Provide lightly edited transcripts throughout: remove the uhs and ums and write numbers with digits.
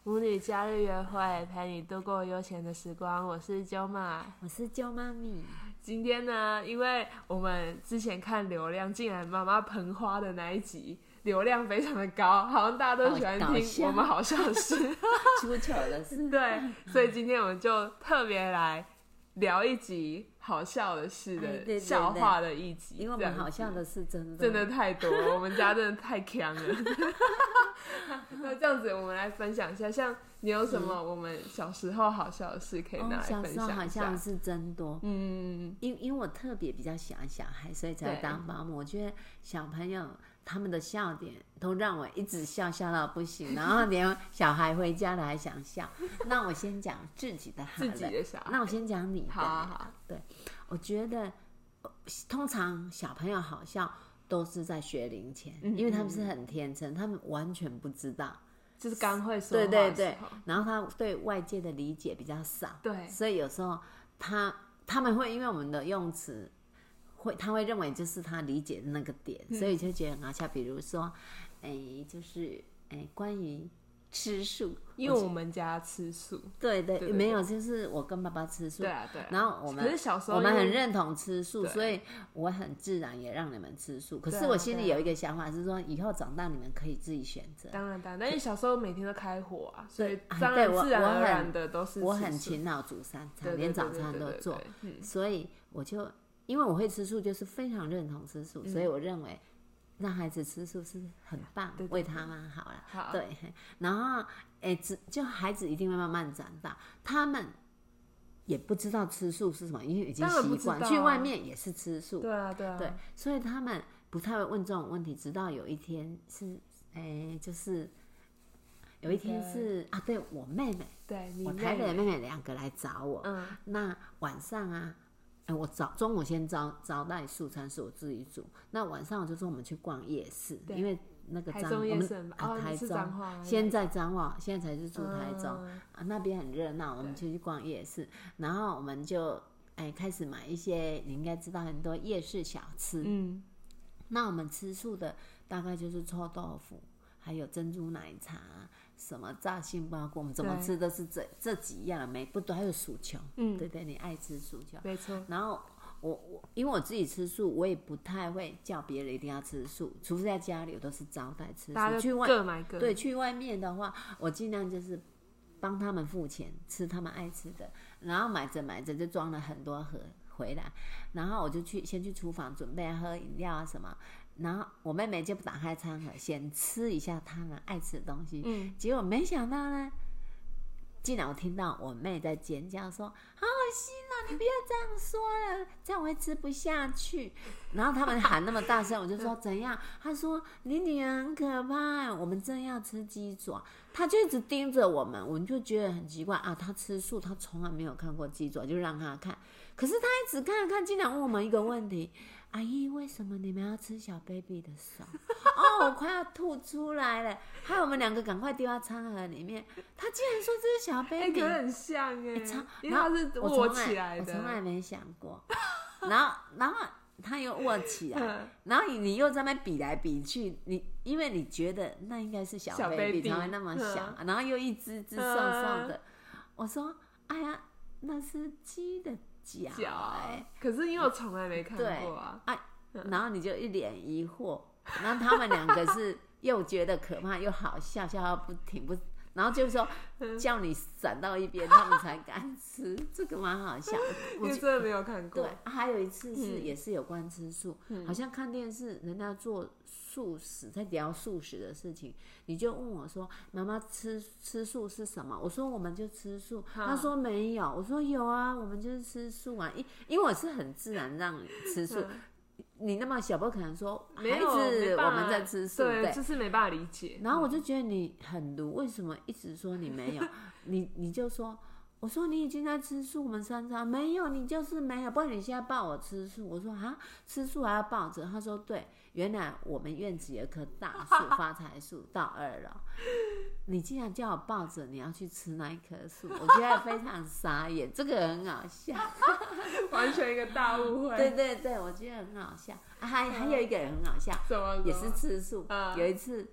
母女假日约会，陪你度过悠闲的时光。我是啾妈， 我是啾妈咪。 今天呢，因为我们之前看流量，竟然妈妈盆花的那一集流量非常的高，好像大家都喜欢听我们好笑的事， 出糗的事。 对，所以今天我们就特别来聊一集好笑的事的笑话的一集， 因为我们好笑的事真的太多了，我们家真的太强了。那这样子，我们来分享一下，像你有什么我们小时候好笑的事可以拿来分享一下？ 小时候好笑的事真多，因为我特别比较喜欢小孩，所以才当保姆。我觉得小朋友他们的笑点都让我一直笑到不行，然后连小孩回家了还想笑。那我先讲自己的好了， 自己的小孩。 那我先讲你的。 好。 对，我觉得通常小朋友好笑都是在学龄前，因为他们是很天真，他们完全不知道， 就是刚会说话的时候， 然后他对外界的理解比较少， 对， 所以有时候他们会因为我们的用词他会认为就是他理解的那个点，所以就觉得很好笑。比如说，就是关于吃素， 因为我们家吃素， 对，没有，就是我跟爸爸吃素，对，然后可是小时候我们很认同吃素，所以我很自然也让你们吃素。可是我心里有一个想法是说，以后长大你们可以自己选择。 当然，但是小时候每天都开火啊，所以当然自然而然的都是吃素。 我很勤劳煮3餐，连早餐都做，所以我就因为我会吃素，就是非常认同吃素，所以我认为让孩子吃素是很棒，为他们好了。对，然后就孩子一定会慢慢长大，他们也不知道吃素是什么，因为已经习惯，去外面也是吃素。对，所以他们不太会问这种问题，直到有一天是，就是有一天是对我妹妹，我台北的妹妹2个来找我，那晚上啊。我中午先招待素餐是我自己煮，那晚上我就说我们去逛夜市，因为那个台中夜市， 台中先在彰化，现在才是住台中，那边很热闹，我们就去逛夜市，然后我们就开始买一些你应该知道很多夜市小吃，那我们吃素的大概就是臭豆腐，还有珍珠奶茶，什么炸杏鲍菇，我们怎么吃都是这几样，不多，还有薯球，对，你爱吃薯球， 没错。 然后我因为我自己吃素，我也不太会叫别人一定要吃素，除非在家里我都是招待吃素， 大家就各买各。 对，去外面的话，我尽量就是帮他们付钱，吃他们爱吃的，然后买着就装了很多盒回来，然后我就先去厨房准备喝饮料啊什么。然后我妹妹就打开餐盒，先吃一下他们爱吃的东西。结果没想到呢，竟然我听到我妹在尖叫说：“好恶心啊！你不要这样说了，这样我会吃不下去。”然后他们喊那么大声，我就说怎样？她说：“你女儿很可怕，我们正要吃鸡爪。”她就一直盯着我们，我们就觉得很奇怪啊。她吃素，她从来没有看过鸡爪，就让她看。可是她一直看，竟然问我们一个问题。阿姨，为什么你们要吃小 baby 的手？我快要吐出来了，害我们2个赶快丢到餐盒里面。他竟然说这是小 baby， 可很像因为它是握起来的， 我从来没想过。然后他又握起来，然后你又在那比来比去，因为你觉得那应该是小 baby 才会那么小，然后又一只瘦瘦的。我说，哎呀，那是鸡的脚可是因为我从来没看过啊， 然后你就一脸疑惑，然后他们2个是又觉得可怕又好笑到不停，然后就说叫你闪到一边，他们才敢吃，这个蛮好笑的。 我真的没有看过。 对，还有一次也是有关吃素，好像看电视人家做素食，在聊素食的事情，你就问我说：“妈妈吃素是什么？”我说：“我们就吃素。”他说：“没有。”我说：“有啊，我们就是吃素啊。”因为我是很自然让你吃素。你那么小不可能说孩子我们在吃素， 对，就是没办法理解。 然后我就觉得你很鲁，为什么一直说你没有？你就说，我说你已经在吃素，我们3餐没有，你就是没有，不然你现在抱我吃素。我说吃素还要抱着？他说对，原来我们院子有一棵大树，发财树，到2楼。你竟然叫我抱着你要去吃那一棵树，我觉得非常傻眼，这个很好笑， 完全一个大误会。 对，我觉得很好笑。还有一个人很好笑，也是吃素。有一次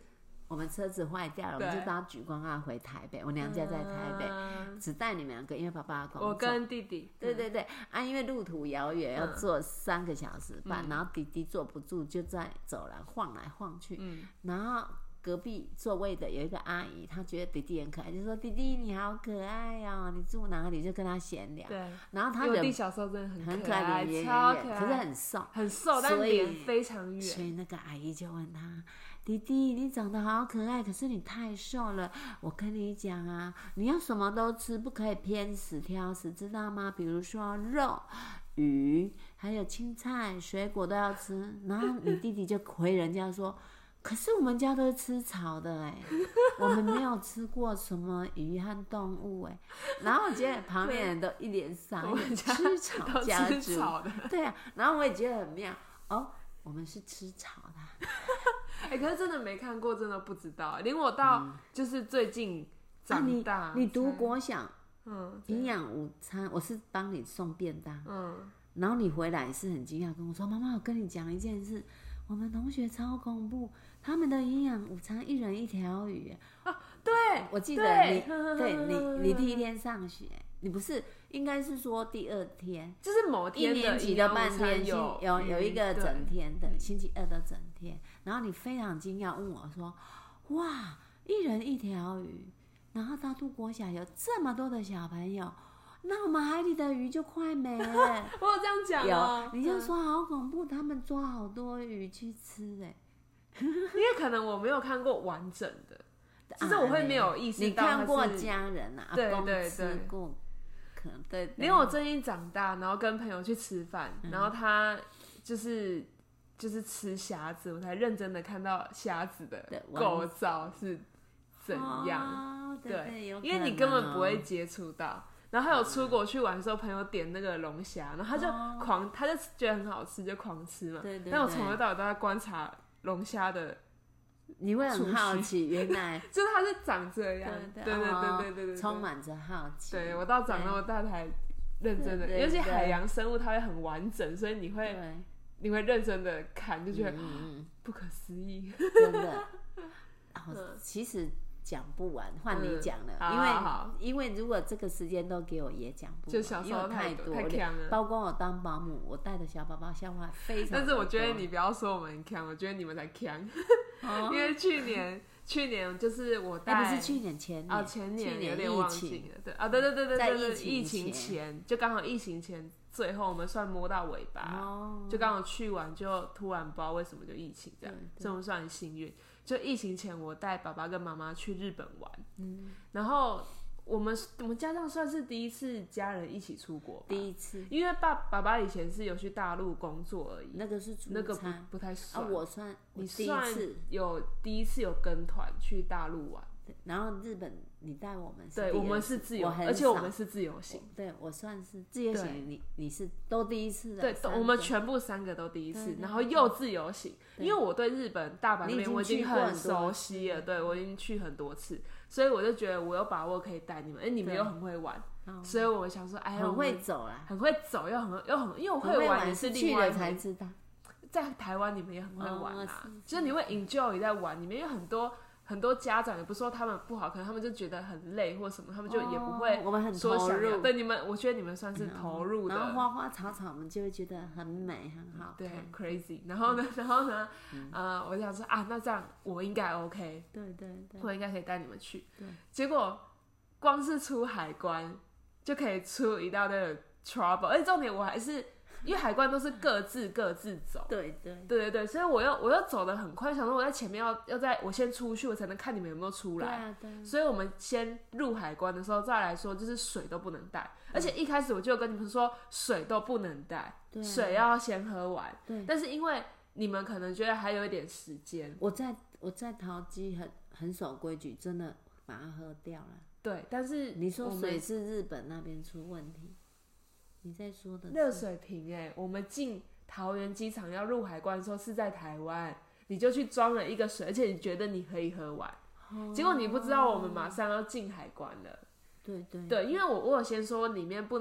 我们车子坏掉了，我们就搭莒光号回台北。我娘家在台北，只带你们2个，因为爸爸工作。 我跟弟弟。 对对对，因为路途遥远，要坐3个小时半，然后弟弟坐不住，就在走廊晃来晃去。然后隔壁座位的有一个阿姨，她觉得弟弟很可爱，就说：“弟弟你好可爱哦，你住哪里？”就跟他闲聊。 对。 然后他我弟小时候真的很可爱， 超可爱， 可是很瘦， 很瘦，但脸非常圆。 所以那个阿姨就问他。弟弟，你长得好可爱，可是你太瘦了。我跟你讲啊，你要什么都吃，不可以偏食挑食，知道吗？比如说肉、鱼，还有青菜、水果都要吃。然后你弟弟就回人家说：“可是我们家都是吃草的我们没有吃过什么鱼和动物然后我觉得旁边人都一脸傻眼，吃草家族，对啊。然后我也觉得很妙哦，我们是吃草的。 可是真的没看过，真的不知道。连我到就是最近长大， 你读国小，营养午餐，我是帮你送便当，然后你回来是很惊讶跟我说：“妈妈，我跟你讲一件事，我们同学超恐怖，他们的营养午餐1人1条鱼。” 对， 我记得你第1天上学，你不是应该是说第2天， 就是某天 1年级的半天有一个整天的，星期2的整天。然后你非常惊讶问我说：“哇，1人1条鱼，然后到国小有这么多的小朋友，那我们海里的鱼就快没了。” 我有这样讲有，你就说好恐怖，他们抓好多鱼去吃因为可能我没有看过完整的，就是我会没有意识到。 你看过家人啊， 对阿公吃过，可能对。 连我最近长大，然后跟朋友去吃饭，然后他就是吃虾子，我才认真的看到虾子的构造是怎样。对，因为你根本不会接触到。然后还有出国去玩的时候，朋友点那个龙虾，然后他就觉得很好吃，就狂吃嘛。 对。 但我从头到尾都在观察龙虾的。 你会很好奇，原来就是它是长这样，对， 充满着好奇。 对，我到长那么大才认真的，尤其海洋生物它会很完整，所以你会认真的看，就觉得不可思议， 真的。其实讲不完，换你讲了，因为如果这个时间都给我也讲不完， 就小时候太多太强了。 包括我当保姆，我带的小宝宝笑话非常多。 但是我觉得你不要说我们很强，我觉得你们才强。因为去年就是我带， 不是去年前年有点忘记了，对， 在疫情前就刚好疫情前最后我们算摸到尾巴，就刚好去完就突然不知道为什么就疫情这样，所以我们算很幸运。就疫情前我带爸爸跟妈妈去日本玩，然后我们家上算是第一次家人一起出国吧， 第一次， 因为爸爸以前是有去大陆工作而已， 那个是出差， 那个不太算。 我算你算第一次有跟团去大陆玩， 然后日本你带我们是对，我们是自由，而且我们是自由行。 对，我算是自由行，你是都第一次的。 对，我们全部3个都第一次，然后又自由行，因为我对日本大阪那边我已经很熟悉了，对我已经去很多次，所以我就觉得我有把握可以带你们，你们又很会玩，所以我想说，哎呀， 很会走啦， 很会走，又很，因为我会玩也是另外去了才知道， 在台湾你们也很会玩啊，就是你会 enjoy 在玩，你们有很多家长也不是说他们不好，可能他们就觉得很累或什么，他们就也不会我们很投入。 对你们，我觉得你们算是投入的。 然后花花草草，我们就会觉得很美，很好看。 对 ，crazy。然后呢，我就想说啊，那这样我应该 OK。 对， 我应该可以带你们去。 对。 结果光是出海关就可以出一大堆的 trouble， 而且重点我还是。因为海关都是各自走，对，所以我又走得很快，想说我在前面我先出去，我才能看你们有没有出来。 对。 所以我们先入海关的时候，再来说就是水都不能带，而且一开始我就跟你们说水都不能带，水要先喝完。 对。 但是因为你们可能觉得还有一点时间， 我在桃机很守规矩，真的把它喝掉了。 对，但是你说水是日本那边出问题。你在说的热水瓶我们进桃园机场要入海关的时候是在台湾，你就去装了一个水，而且你觉得你可以喝完，结果你不知道我们马上要进海关了。 对， 因为我有先说里面不能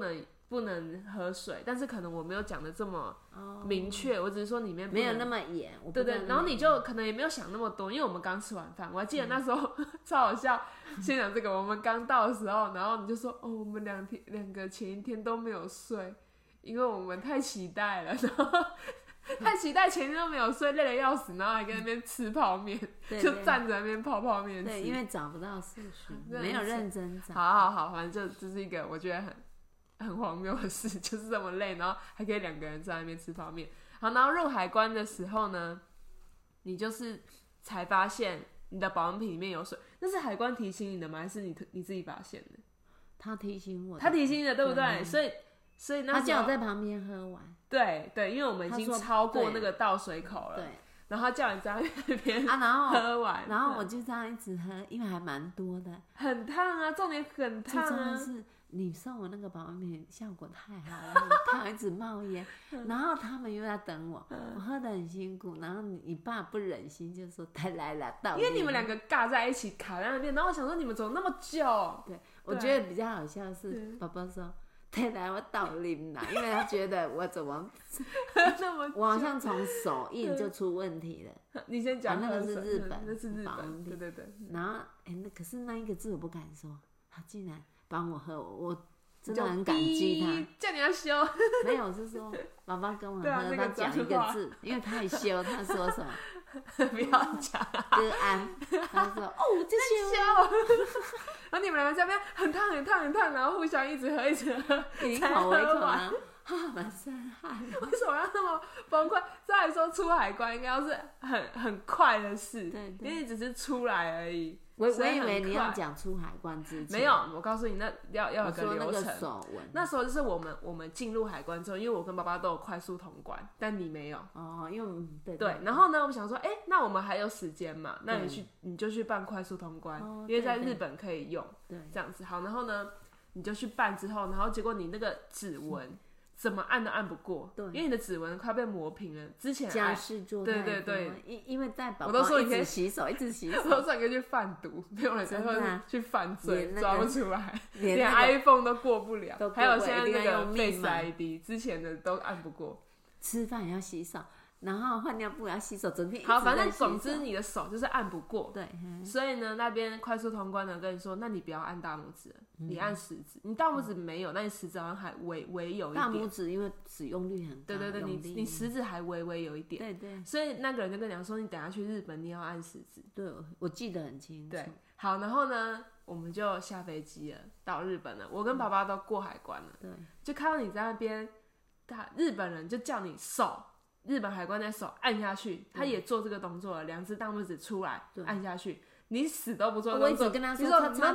不能喝水，但是可能我没有讲的这么明确，我只是说里面没有那么严， 对对，然后你就可能也没有想那么多，因为我们刚吃完饭，我还记得那时候超好笑。先讲这个，我们刚到的时候，然后你就说哦，我们两个前一天都没有睡，因为我们太期待了，然后太期待前一天都没有睡，累得要死，然后还跟那边吃泡面，就站着那边泡泡面吃。 对，因为找不到视讯，没有认真找。 好，反正这是一个我觉得很荒谬的事，就是这么累，然后还可以2个人在那边吃泡面。好，然后入海关的时候呢，你就是才发现你的保温瓶里面有水，那是海关提醒你的吗？还是你自己发现的？ 他提醒我的， 他提醒你的，对不对？所以那时候他叫我在旁边喝完。 对，因为我们已经超过那个倒水口了。 对。 然后他叫你在那边然后喝完， 然后我就这样一直喝，因为还蛮多的。 很烫啊，重点很烫啊。 最重要是你送我那个保温瓶效果太好了，很烫，一直冒烟。然后他们又在等我，我喝得很辛苦。然后你爸不忍心就说他来了，到因为你们2个尬在一起卡在那边，然后我想说你们怎么那么久？ 对，我觉得比较好笑的是爸爸说。再来我倒啉啦，因为他觉得我怎么那么我好像从手印就出问题了。 你先讲， 那个是日本， 那是日本，对。 然后可是那一个字我不敢说，他竟然帮我喝，我真的很感激他。 叫你要修， 没有，是说爸爸跟我喝，他讲一个字，因为太羞，他说什么？ 不要讲歌安，他说哦，这羞。然后你们2个在那边很烫，然后互相一直喝， 一口一口啊，满身汗。 为什么要那么崩溃？再来说出海关应该要是很快的事， 对， 因为你只是出来而已。 我以为你要讲出海关之前， 没有，我告诉你，那要有个流程。 那时候就是我们进入海关之后，因为我跟爸爸都有快速通关，但你没有哦，因为对。然后呢，我们想说，那我们还有时间嘛？那你就去办快速通关，因为在日本可以用，这样子。好，然后呢，你就去办之后，然后结果你那个指纹。怎么按都按不过， 对， 因为你的指纹快被磨平了。之前家事做太多， 对， 因为带宝宝， 我都说你可以洗手，一直洗手。 我都说你可以去贩毒，没有人会去犯罪，抓不出来，连 iPhone 都过不了，还有现在那个 Face ID， 之前的都按不过。 吃饭也要洗手。然后换尿布要洗手，整天好，反正总之你的手就是按不过， 对， 所以呢，那边快速通关的跟你说，那你不要按大拇指了，你按食指。你大拇指没有，那你食指好像还微有一点。 大拇指因为使用率很高， 对，你食指还微有一点， 对。 所以那个人就跟你讲说，你等下去日本你要按食指。 对，我记得很清楚。 对，好，然后呢，我们就下飞机了，到日本了。我跟爸爸都过海关了， 对， 就看到你在那边，日本人就叫你手。日本海关的手按下去，他也做这个动作了，2只大拇指出来按下去，你死都不做动作。 我一直跟他说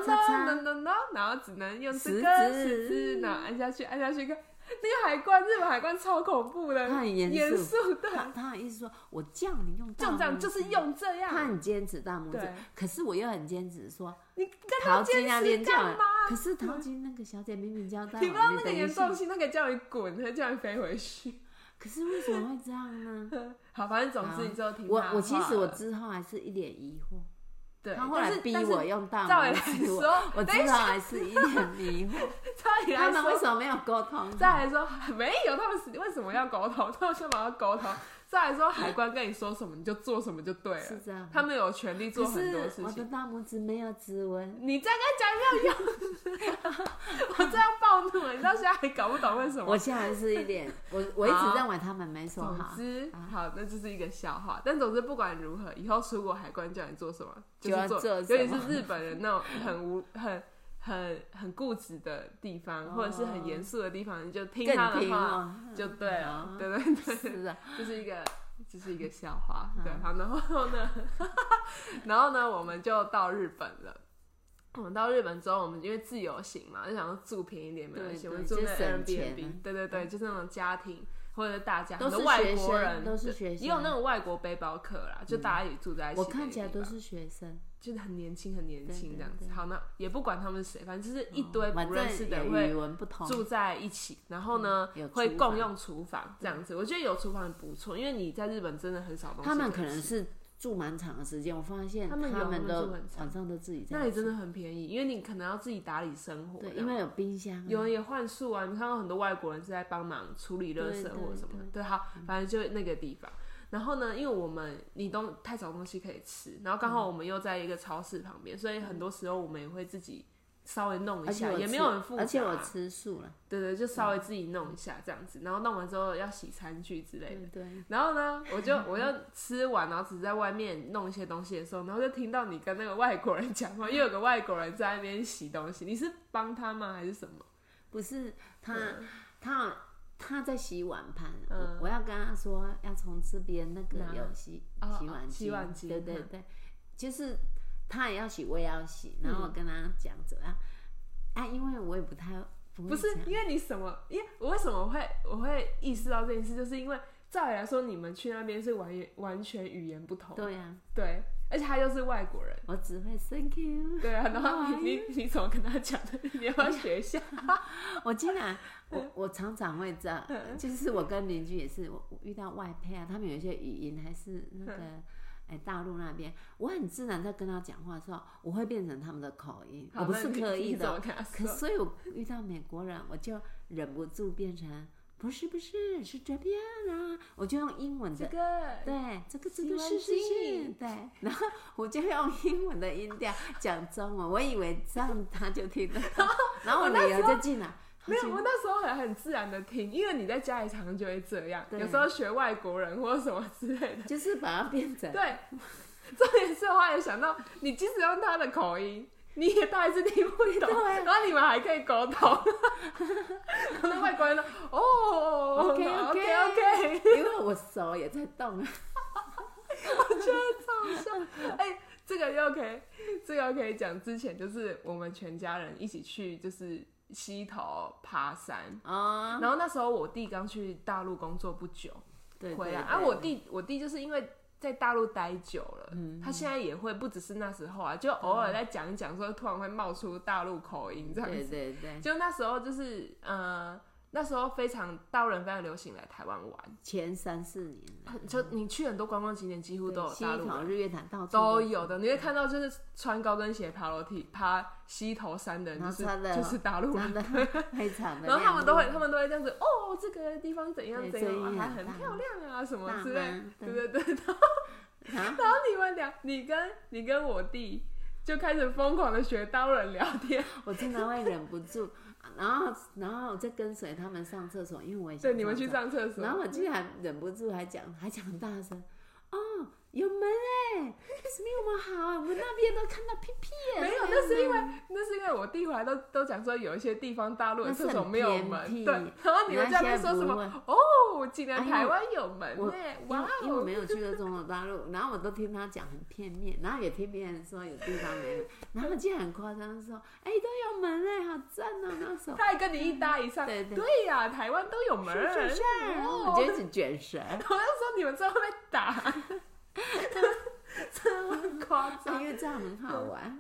no，然后只能用这个食指，然后按下去看。那个日本海关超恐怖的， 他很严肃， 对，他很意思说，我叫你用大拇指， 就这样，就是用这样。 他很坚持大拇指，可是我又很坚持说， 你跟他坚持干嘛？ 可是陶晶那个小姐明明交代我， 你不知道那个严重性，他可以叫你滚，他叫你飞回去。 可是为什么会这样呢？ 好，反正总之你就听我其实我之后还是一脸疑惑， 对， 他后来逼我用大拇指，我之后还是一脸迷惑。他们为什么没有沟通？ 再来说没有，他们为什么要沟通？他们干嘛要沟通？再来说海关跟你说什么你就做什么就对了， 是这样。 他们有权利做很多事情。 我的大拇指没有指纹， 你再跟他讲没有用。我这样暴怒了，你到现在还搞不懂为什么？ 我现在还是一脸，我一直认为他们没说好。 总之，好，那就是一个笑话。但总之不管如何，以后出国海关叫你做什么就要做， 尤其是日本人那种很固执的地方，或者是很严肃的地方，你就听他的话就对了，对， 是的， 就是一个笑话，对。好，然后呢，我们就到日本了。我们到日本之后，我们因为自由行嘛，就想说住便宜点没关系，我们住那 Airbnb， 对，就是那种家庭或者大家，很多外国人都是学生， 也有那种外国背包客啦，就大家一起住在一起。 我看起来都是学生。 就是很年轻这样子。好，那也不管他们是谁，反正就是一堆不认识的人会住在一起，然后呢会共用厨房这样子。我觉得有厨房很不错，因为你在日本真的很少东西。 他们可能是住蛮长的时间，我发现他们都晚上都自己在吃。 那里真的很便宜，因为你可能要自己打理生活。 对，因为有冰箱， 有人也换宿啊。你看到很多外国人是在帮忙处理垃圾或者什么的。对，好，反正就那个地方。然后呢，因为你都太少东西可以吃，然后刚好我们又在一个超市旁边，所以很多时候我们也会自己稍微弄一下，也没有很复杂。 而且我吃素了。 对，就稍微自己弄一下这样子，然后弄完之后要洗餐具之类的。 对。 然后呢，我就吃完，然后只是在外面弄一些东西的时候，然后就听到你跟那个外国人讲话，又有个外国人在那边洗东西。你是帮他吗？还是什么？ 不是，他在洗碗盘，我要跟他说要从这边那个有洗碗机，对，就是他也要洗，我也要洗，然后我跟他讲怎么样啊，因为我也不是因为你什么，因为我为什么我会意识到这件事，就是因为照理来说你们去那边是完全语言不同， 对啊， 对，而且他又是外国人， 我只会 thank you， 对啊，然后你怎么跟他讲的？你要不要学一下？ 我竟然我常常会这样，就是我跟邻居也是，我遇到外配啊，他们有一些语音还是那个大陆那边，我很自然在跟他讲话的时候，我会变成他们的口音，我不是刻意的。所以我遇到美国人，我就忍不住变成不是是这边啊，我就用英文的对这个是对，然后我就用英文的音调讲中文，我以为这样他就听得懂，然后我女儿就进来。 没有，我那时候很自然的听，因为你在家里常常就会这样，有时候学外国人或者什么之类的， 就是把它变成对。重点是我还有想到，你即使用他的口音，你也他还是听不懂，然后你们还可以沟通。然后那外国人说：“哦 ，OK， 因为我手也在动啊。” 我觉得超像。这个又可以讲之前，就是我们全家人一起去，就是溪头爬山然后那时候我弟刚去大陆工作不久，回来我弟就是因为在大陆待久了，他现在也会不只是那时候啊，就偶尔在讲一讲，说突然会冒出大陆口音这样子。 对， 就那时候就是那时候大陆人非常流行来台湾玩， 前3-4年， 就你去很多观光景点几乎都有大陆人， 溪头、日月潭到处都有的，你会看到就是穿高跟鞋爬楼梯爬溪头山的人，就是大陆人， 非常的。 然后他们都会这样子，哦，这个地方怎样，还很漂亮啊什么之类，对。然后你跟我弟就开始疯狂的学大陆人聊天， 我经常会忍不住。然后我再跟随他们上厕所，因为我也对你们去上厕所， 然后我竟然忍不住还讲很大声，哦，有门什么有门好，我们那边都看到屁屁没有，那是因为我弟回来都讲说有一些地方大陆的厕所没有门，对，然后你们在那边说什么？哦，竟然台湾有门哇！ 因为我没有去过中国大陆，然后我都听他讲很片面，然后也听别人说有地方没门，然后竟然很夸张说，都有门好赞哦，那时候他还跟你一搭一唱，对呀，台湾都有门， 是，我就一直卷舌， 我就说你们真的会被打。真的夸张， 因为这样很好玩，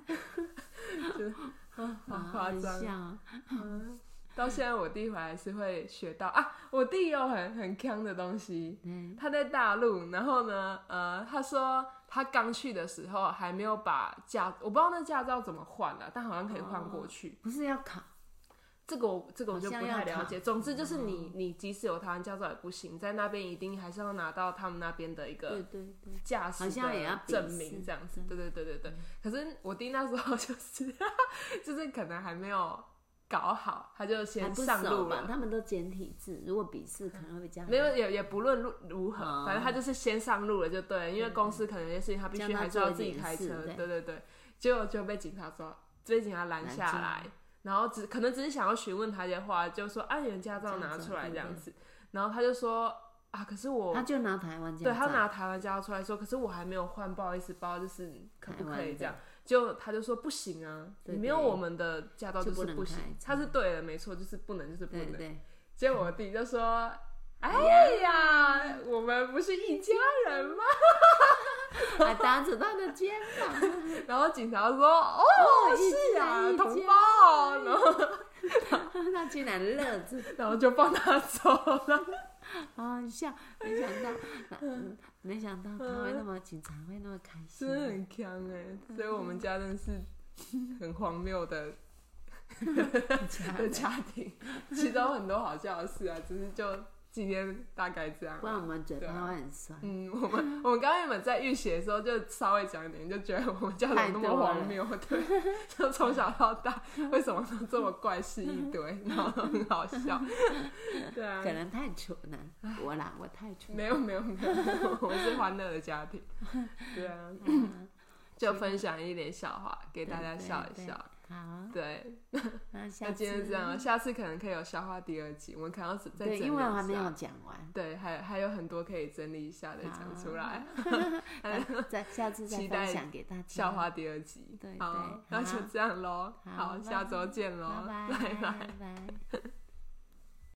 好夸张。到现在我弟回来是会学到我弟有很强的东西。他在大陆，然后呢，他说他刚去的时候还没有把我不知道那驾照怎么换了，但好像可以换过去。 不是要考？ 这个我就不太了解。总之就是你即使有台湾驾照也不行，在那边一定还是要拿到他们那边的一个驾驶的证明这样子。对。可是我弟那时候就是可能还没有搞好，他就先上路了。 他们都简体字，如果笔试可能会比较没有也不论如何，反正他就是先上路了就对了，因为公司可能有些事情他必须还是要自己开车。对，结果就被警察拦下来。然后可能只是想要询问他的话，就说你的驾照拿出来这样子。然后他就说可是他就拿台湾驾照， 对，他拿台湾驾照出来说，可是我还没有换，不好意思，就是可不可以这样？就他就说不行啊，你没有我们的驾照就是不行。他是对的，没错，就是不能，就是不能。对。结果我弟就说：“哎呀，我们不是一家人吗？” 还搭着他的肩膀， 然后警察说：“是啊，同胞。”然后他竟然乐着， 然后就放他走了。 好好笑，没想到他会那么警察会那么开心， 真的很强哎，所以我们家真的是很荒谬的家庭，其实有很多好笑的事啊，只是就今天大概这样， 不然我们嘴巴会很酸。 我们刚刚原本在预习的时候就稍微讲一点，就觉得我们家怎么那么荒谬，对，就从小到大为什么都这么怪事一堆，然后很好笑，对啊， 可能太蠢了，我太蠢， 没有，我们是欢乐的家庭，对啊，就分享一点笑话给大家笑一笑。 好， 对， 那今天这样，下次可能可以有笑话第2集，我们可能要再整理一下， 对，因为我还没有讲完， 对，还有很多可以整理一下的讲出来， 下次再分享给大家笑话第2集， 对， 好，那就这样咯，好，下周见咯， 拜拜。